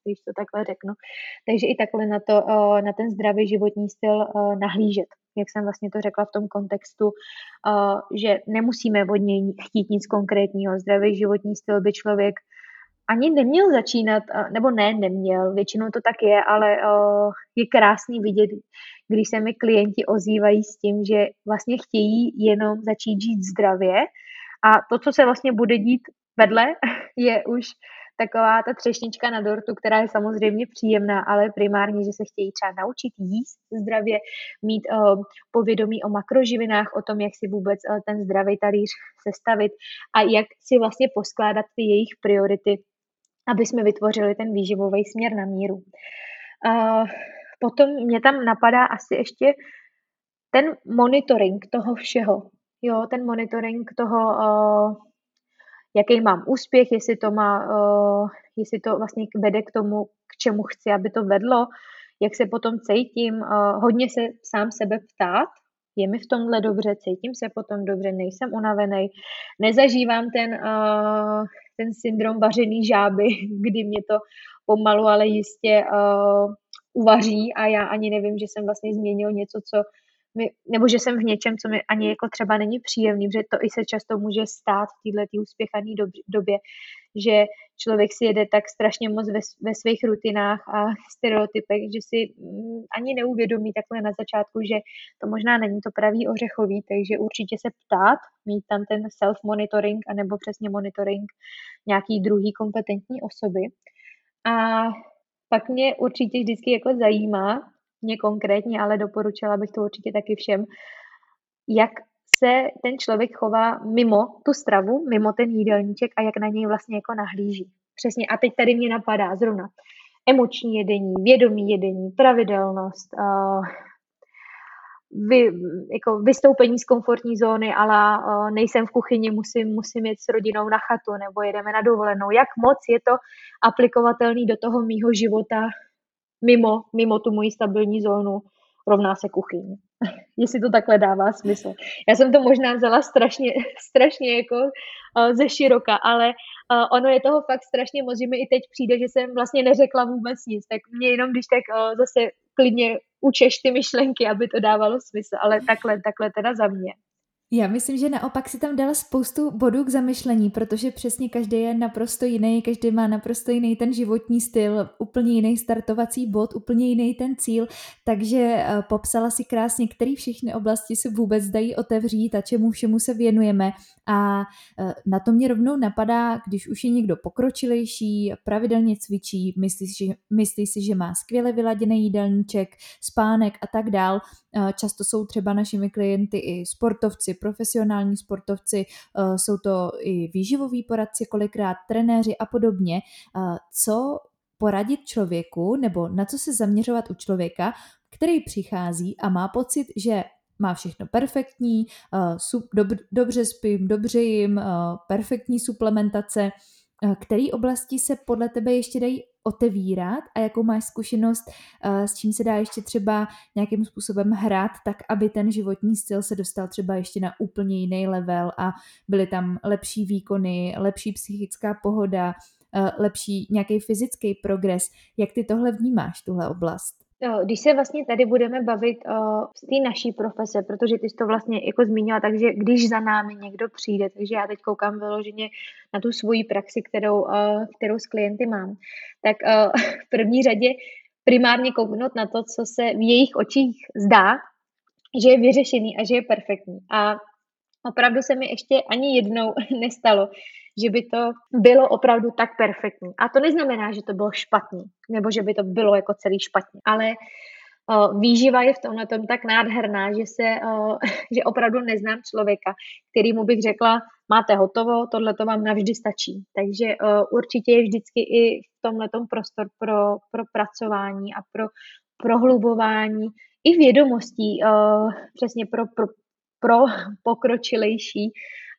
když to takhle řeknu. Takže i takhle na to, uh, na ten zdravý životní styl uh, nahlížet. Jak jsem vlastně to řekla v tom kontextu, uh, že nemusíme od něj chtít nic konkrétního. Zdravý životní styl by člověk ani neměl začínat, nebo ne, neměl, většinou to tak je, ale uh, je krásný vidět, když se mi klienti ozývají s tím, že vlastně chtějí jenom začít žít zdravě a to, co se vlastně bude dít vedle, je už taková ta třešnička na dortu, která je samozřejmě příjemná, ale primárně, že se chtějí třeba naučit jíst zdravě, mít uh, povědomí o makroživinách, o tom, jak si vůbec uh, ten zdravý talíř sestavit a jak si vlastně poskládat ty jejich priority, aby jsme vytvořili ten výživový směr na míru. Uh, potom mě tam napadá asi ještě ten monitoring toho všeho. Jo, ten monitoring toho, uh, jaký mám úspěch, jestli to má, uh, jestli to vlastně vede k tomu, k čemu chci, aby to vedlo, jak se potom cítím, uh, hodně se sám sebe ptát, je mi v tomhle dobře, cítím se potom dobře, nejsem unavený, nezažívám ten, uh, ten syndrom vařený žáby, kdy mě to pomalu, ale jistě uh, uvaří a já ani nevím, že jsem vlastně změnil něco, co mi, nebo že jsem v něčem, co mi ani jako třeba není příjemný, protože to i se často může stát v této uspěchané době, že člověk si jede tak strašně moc ve, ve svých rutinách a stereotypech, že si ani neuvědomí takhle na začátku, že to možná není to pravý ořechový, takže určitě se ptát, mít tam ten self-monitoring anebo přesně monitoring nějaký druhý kompetentní osoby. A pak mě určitě vždycky jako zajímá, mě konkrétně, ale doporučila bych to určitě taky všem, jak se ten člověk chová mimo tu stravu, mimo ten jídelníček a jak na něj vlastně jako nahlíží. Přesně. A teď tady mě napadá zrovna emoční jedení, vědomí jedení, pravidelnost, uh, vy, jako vystoupení z komfortní zóny, ale uh, nejsem v kuchyni, musím, musím jet s rodinou na chatu nebo jedeme na dovolenou. Jak moc je to aplikovatelný do toho mýho života mimo, mimo tu moji stabilní zónu rovná se kuchyň. Jestli to takhle dává smysl. Já jsem to možná vzala strašně, strašně jako uh, ze široka, ale uh, ono je toho fakt strašně moc, že mi i teď přijde, že jsem vlastně neřekla vůbec nic, tak mě jenom když tak uh, zase klidně učeš ty myšlenky, aby to dávalo smysl, ale takhle, takhle teda za mě. Já myslím, že naopak si tam dala spoustu bodů k zamyšlení, protože přesně každý je naprosto jiný, každý má naprosto jiný ten životní styl, úplně jiný startovací bod, úplně jiný ten cíl, takže popsala si krásně, který všechny oblasti se vůbec dají otevřít a čemu všemu se věnujeme a na to mě rovnou napadá, když už je někdo pokročilejší, pravidelně cvičí, myslí si, že, myslí si, že má skvěle vyladěný jídelníček, spánek a tak dál. Často jsou třeba našimi klienty i sportovci, profesionální sportovci, jsou to i výživoví poradci, kolikrát trenéři a podobně. Co poradit člověku nebo na co se zaměřovat u člověka, který přichází a má pocit, že má všechno perfektní, dobře spím, dobře jim, perfektní suplementace. Který oblasti se podle tebe ještě dají otevírat a jakou máš zkušenost, s čím se dá ještě třeba nějakým způsobem hrát, tak aby ten životní styl se dostal třeba ještě na úplně jiný level a byly tam lepší výkony, lepší psychická pohoda, lepší nějaký fyzický progres. Jak ty tohle vnímáš, tuhle oblast? Když se vlastně tady budeme bavit uh, z té naší profese, protože ty jsi to vlastně jako zmínila, takže když za námi někdo přijde, takže já teď koukám vyloženě na tu svoji praxi, kterou, uh, kterou s klienty mám, tak uh, v první řadě primárně kouknout na to, co se v jejich očích zdá, že je vyřešený a že je perfektní. A opravdu se mi ještě ani jednou nestalo, že by to bylo opravdu tak perfektní. A to neznamená, že to bylo špatný, nebo že by to bylo jako celý špatně, ale uh, výživa je v tomhle tom tak nádherná, že se, uh, že opravdu neznám člověka, kterýmu bych řekla, máte hotovo, tohle to vám navždy stačí. Takže uh, určitě je vždycky i v tomhletom prostor pro, pro pracování a pro prohlubování i vědomostí, uh, přesně pro, pro pro pokročilejší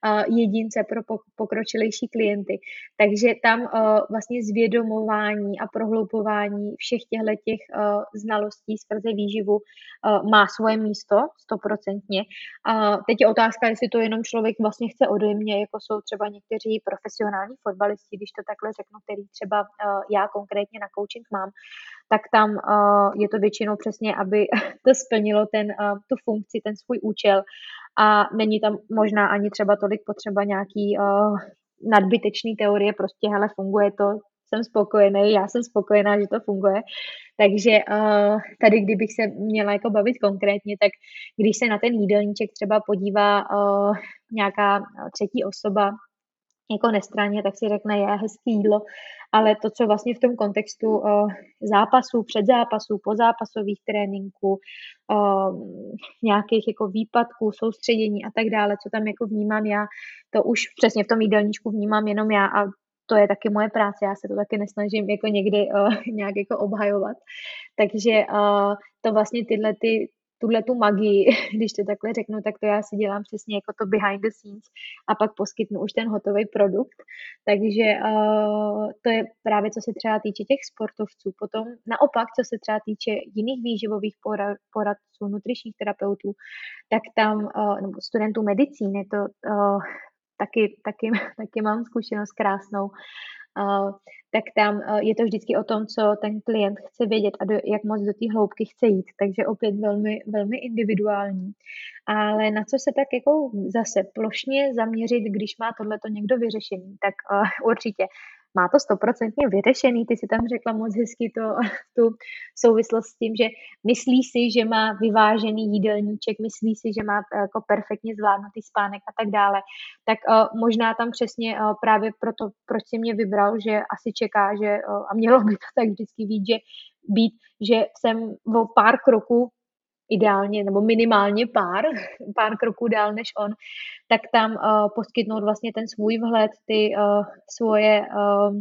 jedince pro pokročilejší klienty. Takže tam vlastně zvědomování a prohloubování všech těchto těch znalostí skrze výživu má svoje místo, stoprocentně. Teď je otázka, jestli to jenom člověk vlastně chce ode mě, jako jsou třeba někteří profesionální fotbalisti, když to takhle řeknu, který třeba já konkrétně na coaching mám, tak tam uh, je to většinou přesně, aby to splnilo ten, uh, tu funkci, ten svůj účel a není tam možná ani třeba tolik potřeba nějaký uh, nadbytečný teorie, prostě hele, funguje to, jsem spokojený, já jsem spokojená, že to funguje. Takže uh, tady, kdybych se měla jako bavit konkrétně, tak když se na ten jídelníček třeba podívá uh, nějaká třetí osoba, jako nestranně, tak si řekne, je hezký jídlo, ale to, co vlastně v tom kontextu uh, zápasů, předzápasů, pozápasových tréninků, uh, nějakých jako výpadků, soustředění a tak dále, co tam jako vnímám já, to už přesně v tom jídelníčku vnímám jenom já a to je taky moje práce, já se to taky nesnažím jako někdy uh, nějak jako obhajovat. Takže uh, to vlastně tyhle ty tuhle tu magii, když to takhle řeknu, tak to já si dělám přesně jako to behind the scenes a pak poskytnu už ten hotový produkt. Takže uh, to je právě co se třeba týče těch sportovců. Potom naopak, co se třeba týče jiných výživových poradců, nutričních terapeutů, tak tam, uh, nebo studentů medicíny, to uh, taky, taky, taky mám zkušenost krásnou. Uh, tak tam uh, je to vždycky o tom, co ten klient chce vědět a do, jak moc do té hloubky chce jít. Takže opět velmi, velmi individuální. Ale na co se tak jako zase plošně zaměřit, když má tohleto někdo vyřešený, tak uh, určitě má to stoprocentně vyřešený. Ty si tam řekla moc hezky to, tu souvislost s tím, že myslí si, že má vyvážený jídelníček, myslí si, že má jako perfektně zvládnutý spánek a tak dále. Tak uh, možná tam přesně uh, právě proto, proč si mě vybral, že asi čeká, že, uh, a mělo by to tak vždycky být, že, být, že jsem o pár kroků ideálně, nebo minimálně pár, pár kroků dál než on, tak tam uh, poskytnout vlastně ten svůj vhled, ty uh, svoje uh,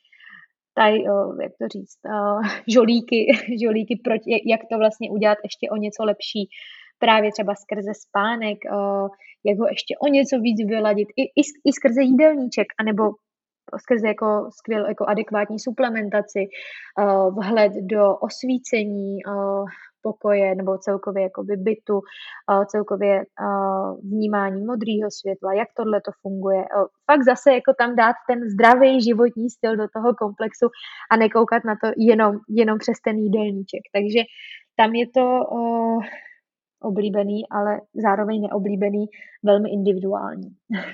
taj, uh, jak to říct, uh, žolíky, žolíky proč, jak to vlastně udělat ještě o něco lepší, právě třeba skrze spánek, uh, jak ho ještě o něco víc vyladit, i, i, i skrze jídelníček, anebo skrze jako skvěl, jako adekvátní suplementaci, uh, vhled do osvícení, uh, pokoje nebo celkově jakoby bytu, celkově vnímání modrého světla, jak tohle to funguje. Fakt zase jako tam dát ten zdravý životní styl do toho komplexu a nekoukat na to jenom, jenom přes ten jídelníček. Takže tam je to o, oblíbený, ale zároveň neoblíbený, velmi individuální.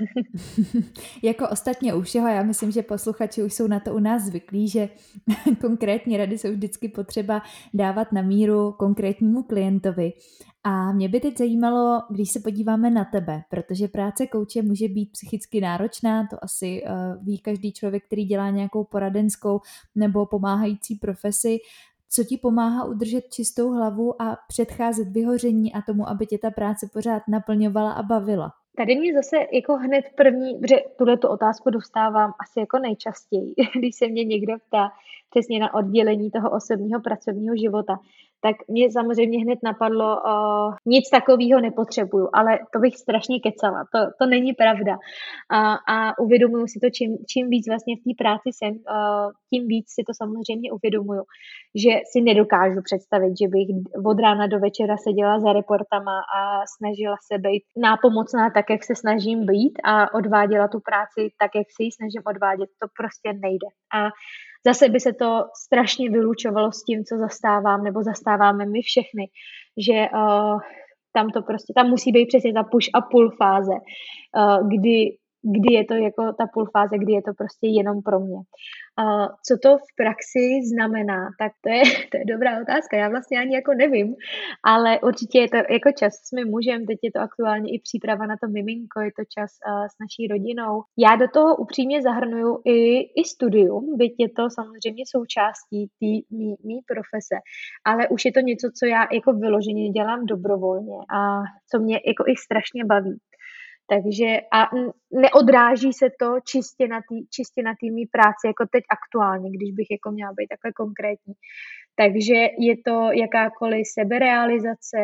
Jako ostatně u všeho, já myslím, že posluchači už jsou na to u nás zvyklí, že konkrétní rady jsou vždycky potřeba dávat na míru konkrétnímu klientovi. A mě by teď zajímalo, když se podíváme na tebe, protože práce kouče může být psychicky náročná, to asi uh, ví každý člověk, který dělá nějakou poradenskou nebo pomáhající profesi. Co ti pomáhá udržet čistou hlavu a předcházet vyhoření a tomu, aby tě ta práce pořád naplňovala a bavila? Tady mě zase jako hned první, protože tuhletu otázku dostávám asi jako nejčastěji, když se mě někdo ptá přesně na oddělení toho osobního pracovního života, tak mě samozřejmě hned napadlo, uh, nic takového nepotřebuju, ale to bych strašně kecala, to, to není pravda. Uh, a uvědomuju si to, čím, čím víc vlastně v té práci jsem, uh, tím víc si to samozřejmě uvědomuju, že si nedokážu představit, že bych od rána do večera seděla za reportama a snažila se být nápomocná tak, jak se snažím být a odváděla tu práci tak, jak si ji snažím odvádět. To prostě nejde. A zase by se to strašně vylučovalo s tím, co zastávám, nebo zastáváme my všechny, že uh, tam to prostě, tam musí být přesně ta push a pull fáze, uh, kdy, kdy je to jako ta pull fáze, kdy je to prostě jenom pro mě. Uh, co to v praxi znamená, tak to je, to je dobrá otázka, já vlastně ani jako nevím, ale určitě je to jako čas s mým mužem, teď je to aktuálně i příprava na to miminko, je to čas uh, s naší rodinou. Já do toho upřímně zahrnuju i, i studium, byť je to samozřejmě součástí té mý, mý profese, ale už je to něco, co já jako vyloženě dělám dobrovolně a co mě jako i strašně baví. Takže a neodráží se to čistě na té čistě na té mý práci, jako teď aktuálně, když bych jako měla být takhle konkrétní. Takže je to jakákoliv seberealizace,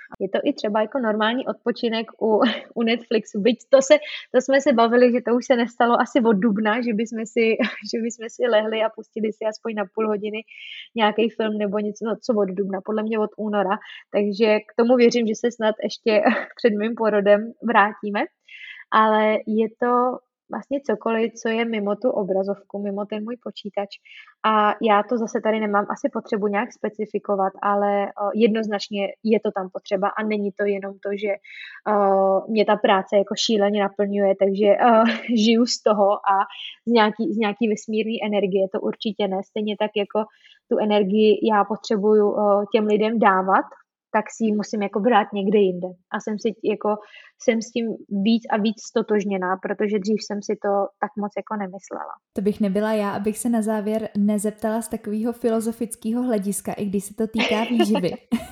Je to i třeba jako normální odpočinek u, u Netflixu. Byť to, se, to jsme se bavili, že to už se nestalo asi od dubna, že bychom si, že bychom si lehli a pustili si aspoň na půl hodiny nějaký film nebo něco, no co od dubna, podle mě od února. Takže k tomu věřím, že se snad ještě před mým porodem vrátíme. Ale je to vlastně cokoliv, co je mimo tu obrazovku, mimo ten můj počítač. A já to zase tady nemám asi potřebu nějak specifikovat, ale jednoznačně je to tam potřeba a není to jenom to, že uh, mě ta práce jako šíleně naplňuje, takže uh, žiju z toho a z nějaký, z nějaký vesmírné energie, to určitě ne. Stejně tak jako tu energii já potřebuju uh, těm lidem dávat, tak si ji musím jako brát někde jinde. A jsem si jako, jsem s tím víc a víc stotožněná, protože dřív jsem si to tak moc jako nemyslela. To bych nebyla já, abych se na závěr nezeptala z takového filozofického hlediska, i když se to týká výživy.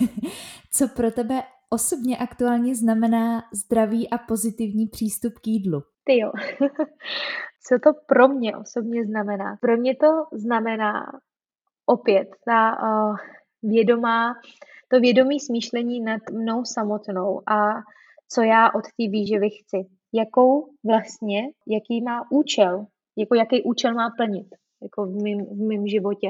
Co pro tebe osobně aktuálně znamená zdravý a pozitivní přístup k jídlu? Ty jo. Co to pro mě osobně znamená? Pro mě to znamená opět ta uh, vědomá to vědomí smýšlení nad mnou samotnou a co já od té výživy chci. Jakou vlastně, jaký má účel, jako jaký účel má plnit jako v mém, v mém životě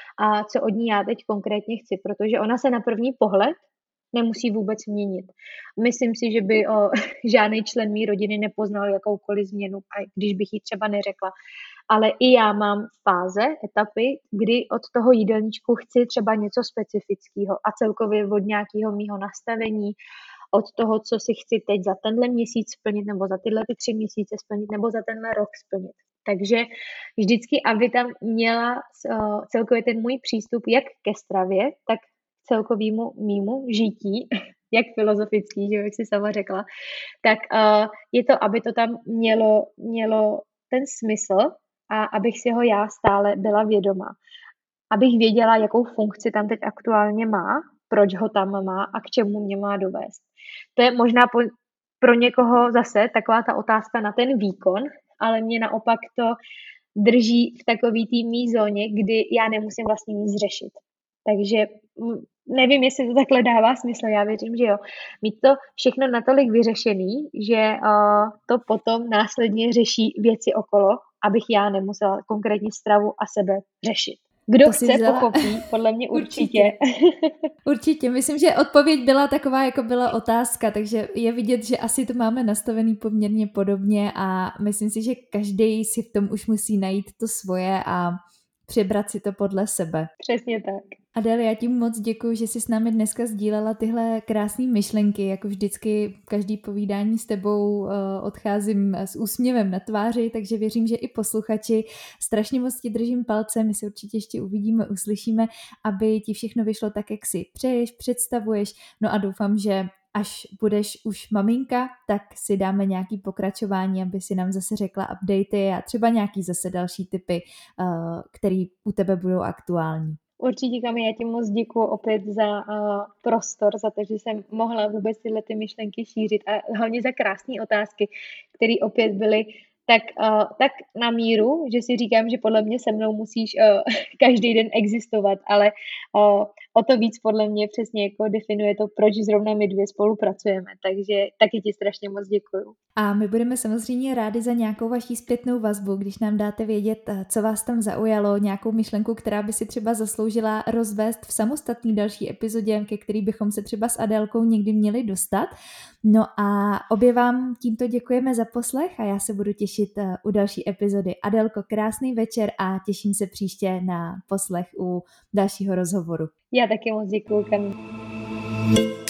a co od ní já teď konkrétně chci, protože ona se na první pohled nemusí vůbec měnit. Myslím si, že by o, žádný člen mý rodiny nepoznal jakoukoliv změnu, a když bych ji třeba neřekla. Ale i já mám fáze, etapy, kdy od toho jídelníčku chci třeba něco specifického a celkově od nějakého mýho nastavení, od toho, co si chci teď za tenhle měsíc splnit, nebo za tyhle ty tři měsíce splnit, nebo za tenhle rok splnit. Takže vždycky, aby tam měla uh, celkově ten můj přístup jak ke stravě, tak celkovému mýmu žití, jak filozofický, že jak si sama řekla, tak uh, je to, aby to tam mělo, mělo ten smysl a abych si ho já stále byla vědoma. Abych věděla, jakou funkci tam teď aktuálně má, proč ho tam má a k čemu mě má dovést. To je možná po, pro někoho zase taková ta otázka na ten výkon, ale mě naopak to drží v takový té mý zóně, kdy já nemusím vlastně nic řešit. Takže nevím, jestli to takhle dává smysl, já věřím, že jo. Mít to všechno natolik vyřešený, že uh, to potom následně řeší věci okolo, abych já nemusela konkrétně stravu a sebe řešit. Kdo to chce, vzala... pochopí, podle mě určitě. Určitě. Určitě, myslím, že odpověď byla taková, jako byla otázka, takže je vidět, že asi to máme nastavený poměrně podobně a myslím si, že každý si v tom už musí najít to svoje a přebrat si to podle sebe. Přesně tak. Adél, já ti moc děkuji, že jsi s námi dneska sdílela tyhle krásné myšlenky, jako vždycky každý povídání s tebou uh, odcházím s úsměvem na tváři, takže věřím, že i posluchači, strašně moc ti držím palce, my se určitě ještě uvidíme, uslyšíme, aby ti všechno vyšlo tak, jak si přeješ, představuješ, no a doufám, že až budeš už maminka, tak si dáme nějaký pokračování, aby si nám zase řekla updaty a třeba nějaký zase další tipy, uh, který u tebe budou aktuální. Určitě, Kami, já ti moc děkuju opět za uh, prostor, za to, že jsem mohla vůbec tyhle ty myšlenky šířit a hlavně za krásné otázky, které opět byly tak, uh, tak na míru, že si říkám, že podle mě se mnou musíš uh, každý den existovat, ale uh, o to víc podle mě přesně jako definuje to, proč zrovna my dvě spolupracujeme, takže taky ti strašně moc děkuju. A my budeme samozřejmě rádi za nějakou vaší zpětnou vazbu, když nám dáte vědět, co vás tam zaujalo, nějakou myšlenku, která by si třeba zasloužila rozvést v samostatné další epizodě, ke který bychom se třeba s Adélkou někdy měli dostat. No a obě vám tímto děkujeme za poslech a já se budu těšit u další epizody. Adélko, krásný večer a těším se příště na poslech u dalšího rozhovoru. Já taky moc děkuju, Kamí.